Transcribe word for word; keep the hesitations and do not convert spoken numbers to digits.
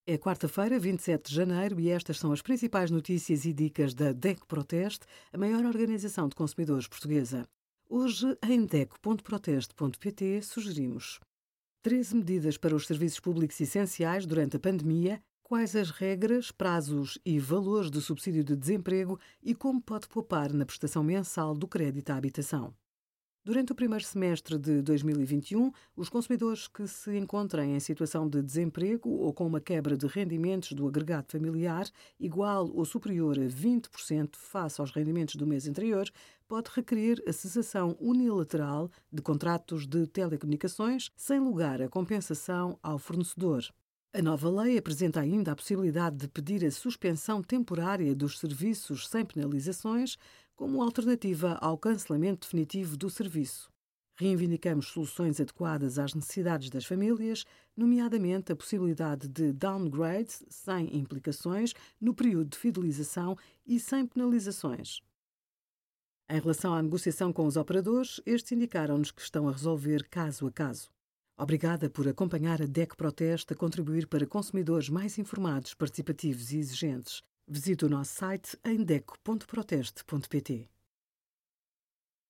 É quarta-feira, vinte e sete de janeiro, e estas são as principais notícias e dicas da D E C Proteste, a maior organização de consumidores portuguesa. Hoje, em D E C ponto proteste ponto pt, sugerimos treze medidas para os serviços públicos essenciais durante a pandemia, quais as regras, prazos e valores do subsídio de desemprego e como pode poupar na prestação mensal do crédito à habitação. Durante o primeiro semestre de dois mil e vinte e um, os consumidores que se encontrem em situação de desemprego ou com uma quebra de rendimentos do agregado familiar igual ou superior a vinte por cento face aos rendimentos do mês anterior, pode requerer a cessação unilateral de contratos de telecomunicações sem lugar a compensação ao fornecedor. A nova lei apresenta ainda a possibilidade de pedir a suspensão temporária dos serviços sem penalizações como alternativa ao cancelamento definitivo do serviço. Reivindicamos soluções adequadas às necessidades das famílias, nomeadamente a possibilidade de downgrade sem implicações no período de fidelização e sem penalizações. Em relação à negociação com os operadores, estes indicaram-nos que estão a resolver caso a caso. Obrigada por acompanhar a D E C Proteste a contribuir para consumidores mais informados, participativos e exigentes. Visite o nosso site em D E C ponto proteste ponto pt.